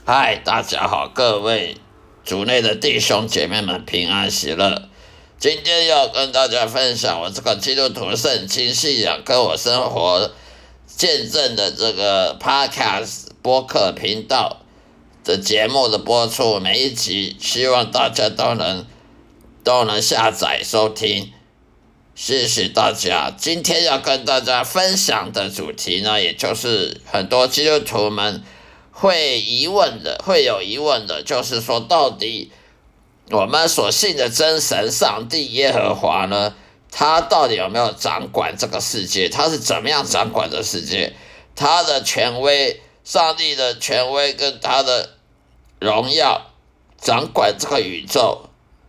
嗨，大家好，各位主内的弟兄姐妹们平安喜乐。今天要跟大家分享我这个基督徒圣经信仰跟我生活见证的这个 Podcast 播客频道的节目的播出，每一集希望大家都能下载收听，谢谢大家。今天要跟大家分享的主题呢，也就是很多基督徒们会有疑问的，就是说到底我们所信的真神上帝耶和华呢，他到底有没有掌管这个世界？他是怎么样掌管这个世界？他的权威，上帝的权威跟他的荣耀掌管这个宇宙，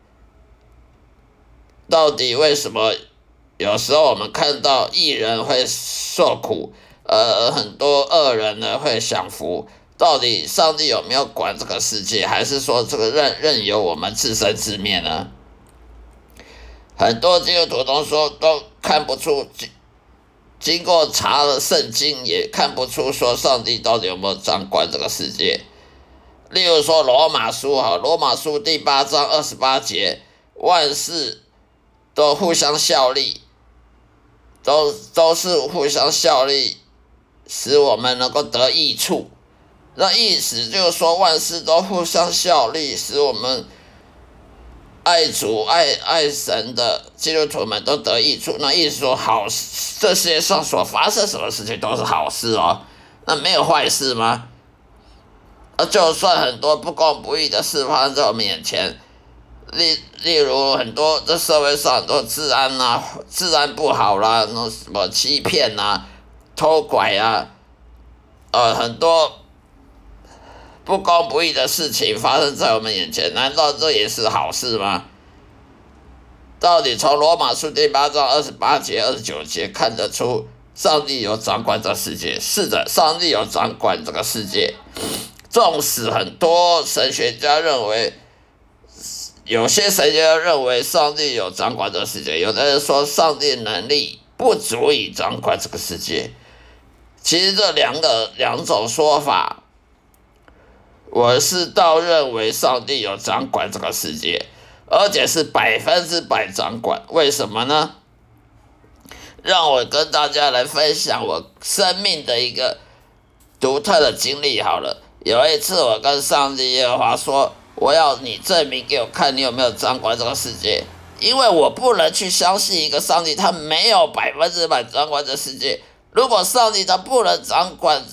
到底为什么有时候我们看到义人会受苦，很多恶人呢会享福？到底上帝有没有管这个世界，还是说这个任由我们自生自灭呢？很多基督徒都看不出，经过查了圣经也看不出说上帝到底有没有掌管这个世界。例如说罗马书第8章28节，万事都互相效力，都是互相效力，使我们能够得益处。那意思就是说，万事都互相效力，使我们爱主爱神的基督徒们都得益处。那意思说，这世界上所发生什么事情都是好事哦，那没有坏事吗？就算很多不公不义的事发生在我们眼前，例如很多这社会上很多治安不好啦，那什么欺骗啊、偷拐啊，很多不公不义的事情发生在我们眼前，难道这也是好事吗？到底从罗马书第8章28节、29节看得出上帝有掌管这个世界。是的，上帝有掌管这个世界。纵使很多神学家认为，有些神学家认为上帝有掌管这个世界，有的人说上帝能力不足以掌管这个世界。其实这两种说法，我是倒认为上帝有掌管这个世界，而且是100%掌管。为什么呢？让我跟大家来分享我生命的一个独特的经历好了。有一次我跟上帝耶和华说，我要你证明给我看你有没有掌管这个世界，因为我不能去相信一个上帝他没有100%掌管这世界。如果上帝他不能掌管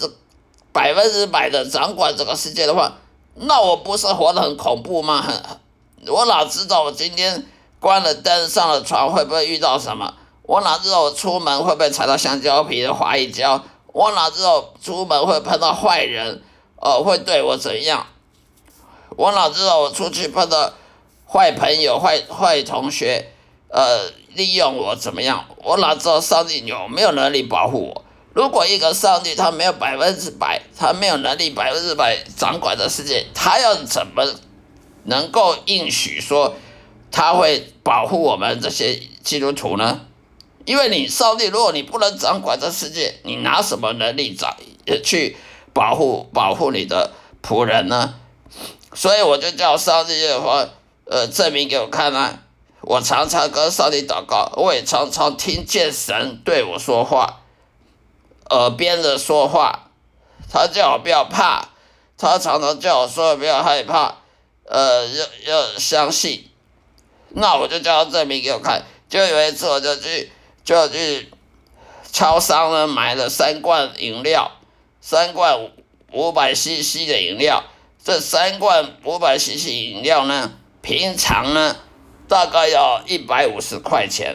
100%的掌管这个世界的话，那我不是活得很恐怖吗？我哪知道我今天关了灯上了床会不会遇到什么？我哪知道我出门会不会踩到香蕉皮的滑一跤？我哪知道出门会碰到坏人，会对我怎样？我哪知道我出去碰到坏朋友、坏同学，利用我怎么样？我哪知道上帝有没有能力保护我？如果一个上帝他没有100%，他没有能力100%掌管的世界，他要怎么能够应许说他会保护我们这些基督徒呢？因为上帝，如果你不能掌管这世界，你拿什么能力去保护你的仆人呢？所以我就叫上帝耶和华证明给我看啊！我常常跟上帝祷告，我也常常听见神对我说话，耳边的说话，他叫我不要怕，他常常叫我说不要害怕，要相信。那我就叫他证明给我看。就有一次我就去超商呢买了3罐饮料，3罐500cc 的饮料。这3罐500cc 饮料呢，平常呢大概要150块钱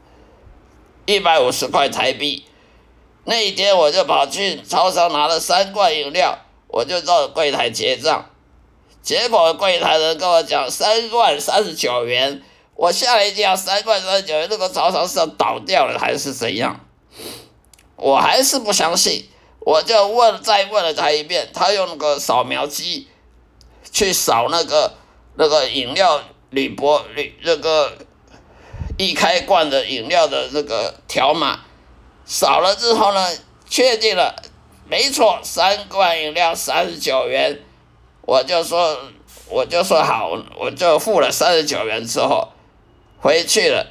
，150块台币。那一天我就跑去超商拿了3罐饮料，我就到柜台结账，结果柜台人跟我讲3罐39元，我吓了一跳，3罐39元，那个超商是要倒掉了还是怎样？我还是不相信，我就再问了他一遍，他用那个扫描机去扫那个饮料那个易开罐的饮料的那个条码，扫了之后呢，确定了，没错，3罐饮料39元， 我就说好，我就付了39元之后回去了。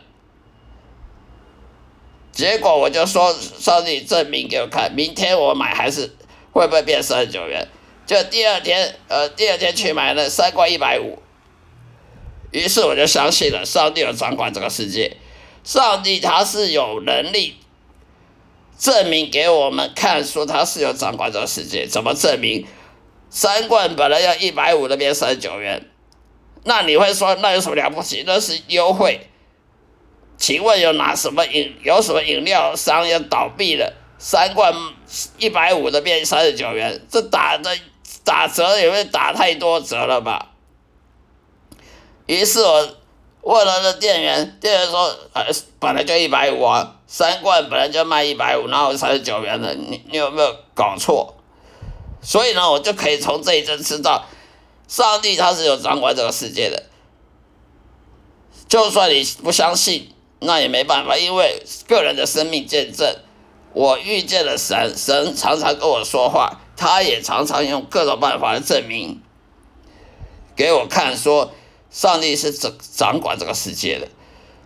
结果我就说上帝证明给我看，明天我买还是会不会变39元？就第二天去买了3罐150，于是我就相信了上帝有掌管这个世界，上帝他是有能力证明给我们看，说他是有掌管这个世界。怎么证明？3罐本来要150的变39元，那你会说那有什么了不起？那是优惠。请问有什么饮料商要倒闭了？3罐150的变39元，这打折也会打太多折了吧？于是我问了那店员说，本来就150啊，3罐本来就卖150，哪有39元的？你有没有搞错？所以呢，我就可以从这一阵知道，上帝他是有掌管这个世界的。就算你不相信，那也没办法，因为个人的生命见证，我遇见了神，神常常跟我说话，他也常常用各种办法来证明给我看，说上帝是掌管这个世界的。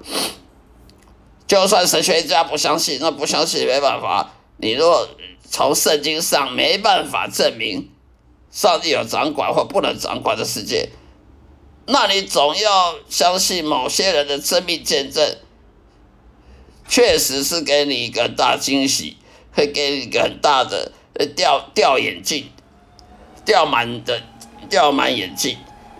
就算神学家不相信，那不相信也没办法。你若从圣经上没办法证明上帝有掌管或不能掌管的世界，那你总要相信某些人的生命见证确实是给你一个很大惊喜，会给你一个很大的掉眼镜，掉满眼镜。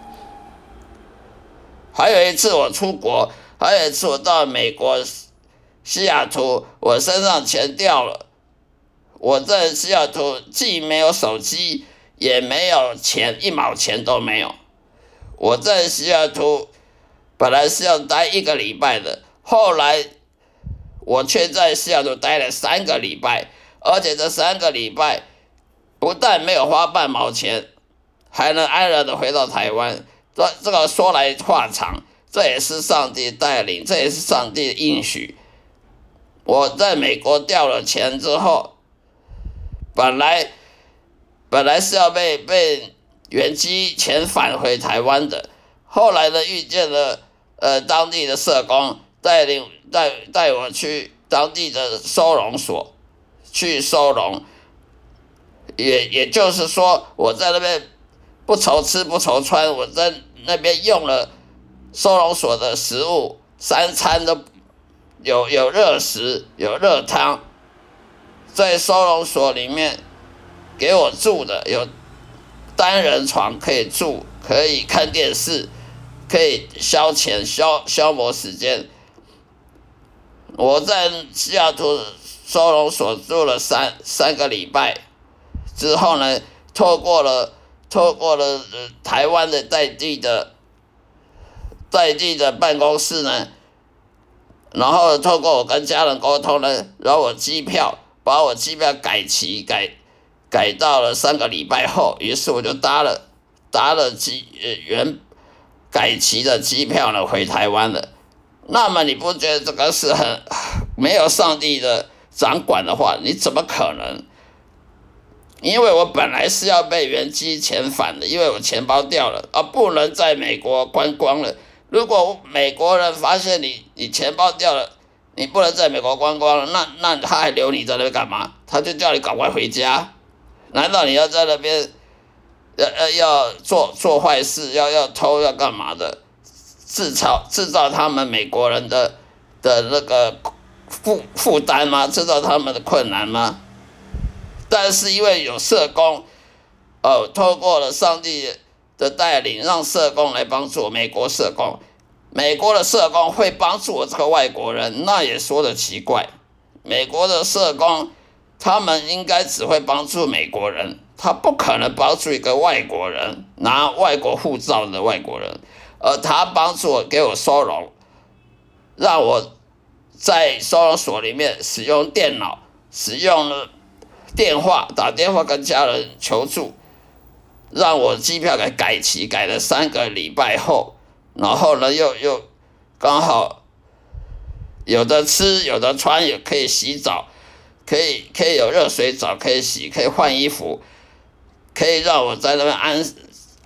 还有一次我出国，还有一次我到美国西雅图，我身上钱掉了。我在西雅图既没有手机，也没有钱，1毛钱都没有。我在西雅图本来是要待1个礼拜的，后来我却在西雅图待了3个礼拜，而且这3个礼拜不但没有花半毛钱，还能安然的回到台湾。这个说来话长，这也是上帝带领，这也是上帝的应许。我在美国掉了钱之后，本来是要被原机遣返回台湾的，后来呢遇见了当地的社工，带我去当地的收容所去收容，也就是说我在那边不愁吃不愁穿，我在那边用了收容所的食物，3餐都有热食有热汤，在收容所里面给我住的有单人床可以住，可以看电视，可以消遣消磨时间。我在西雅图收容所住了三个礼拜之后呢，透过了台湾的在地的办公室呢，然后透过我跟家人沟通呢，然后把我机票改到了3个礼拜后，于是我就搭了原改期的机票呢回台湾了。那么你不觉得这个是很没有上帝的掌管的话，你怎么可能？因为我本来是要被原机遣返的，因为我钱包掉了不能在美国观光了。如果美国人发现你钱包掉了，你不能在美国观光了，那他还留你在那边干嘛？他就叫你赶快回家。难道你要在那边要做坏事，要偷要干嘛的？制造他们美国人的那个负担吗？制造他们的困难吗？但是因为有社工，透过了上帝的带领，让社工来帮助我。美国的社工会帮助我这个外国人，那也说得奇怪。美国的社工他们应该只会帮助美国人，他不可能帮助一个外国人，拿外国护照的外国人。而他帮助我，给我收容，让我在收容所里面使用电脑，使用了电话，打电话跟家人求助，让我机票改期，改了3个礼拜后，然后呢又刚好有的吃有的穿，也可以洗澡，可以有热水澡可以洗，可以换衣服，可以让我在那边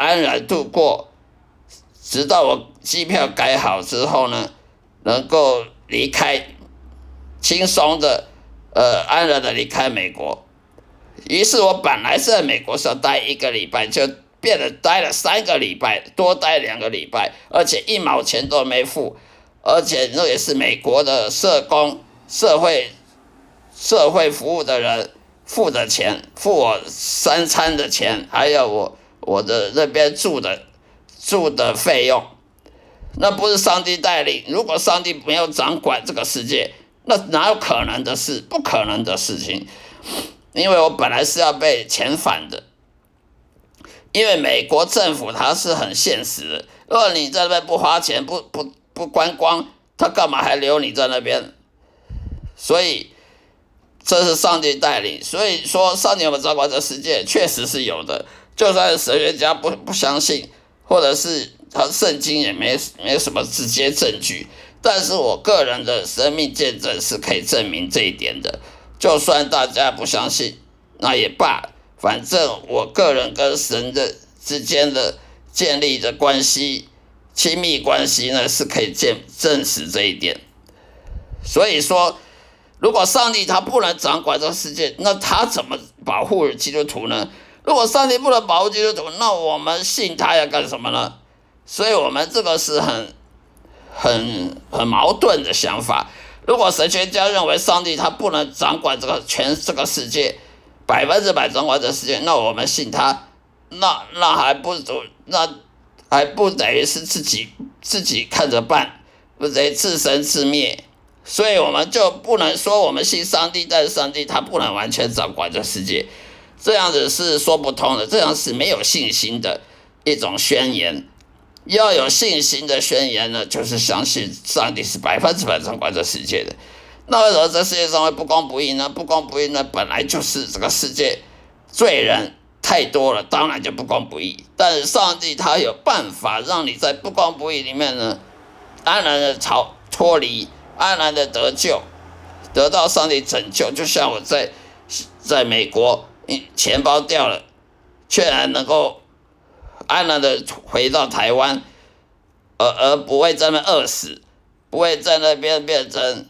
安然度过，直到我机票改好之后呢，能够离开，轻松的安然的离开美国。于是我本来是在美国是要待1个礼拜，就变得待了3个礼拜，多待2个礼拜，而且1毛钱都没付，而且那也是美国的社工、社会服务的人付的钱，付我3餐的钱，还有我的那边住的费用。那不是上帝带领，如果上帝没有掌管这个世界，那哪有可能的事？不可能的事情。因为我本来是要被遣返的，因为美国政府它是很现实的，如果你在那边不花钱不观光，他干嘛还留你在那边？所以这是上帝带领，所以说上帝有没有掌管这世界，确实是有的。就算是神学家不相信，或者是他圣经也没什么直接证据，但是我个人的生命见证是可以证明这一点的。就算大家不相信，那也罢，反正我个人跟神的之间的建立的关系、亲密关系呢，是可以证实这一点。所以说，如果上帝他不能掌管这个世界，那他怎么保护基督徒呢？如果上帝不能保护基督徒，那我们信他要干什么呢？所以我们这个是很矛盾的想法。如果神学家认为上帝他不能掌管这个世界，100%掌管这个世界，那我们信他，那还不等于是自己看着办，不等于自生自灭。所以我们就不能说我们信上帝，但是上帝他不能完全掌管这世界，这样子是说不通的，这样是没有信心的一种宣言。要有信心的宣言呢，就是相信上帝是100%掌管这世界的。那为什么这世界上会不公不义呢？不公不义呢，本来就是这个世界罪人太多了，当然就不公不义。但是上帝他有办法让你在不公不义里面呢，安然的脱离，安然的得救，得到上帝拯救。就像我在美国，钱包掉了，却然能够安然的回到台湾，而不会在那边饿死，不会在那边变成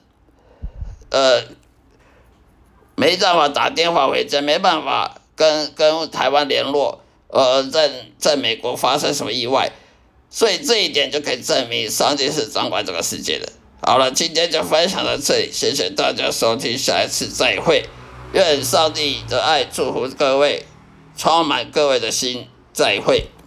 没办法打电话回家，没办法跟台湾联络，在美国发生什么意外，所以这一点就可以证明上帝是掌管这个世界的。好了，今天就分享到这里，谢谢大家收听，下一次再会。愿上帝的爱祝福各位，充满各位的心，再会。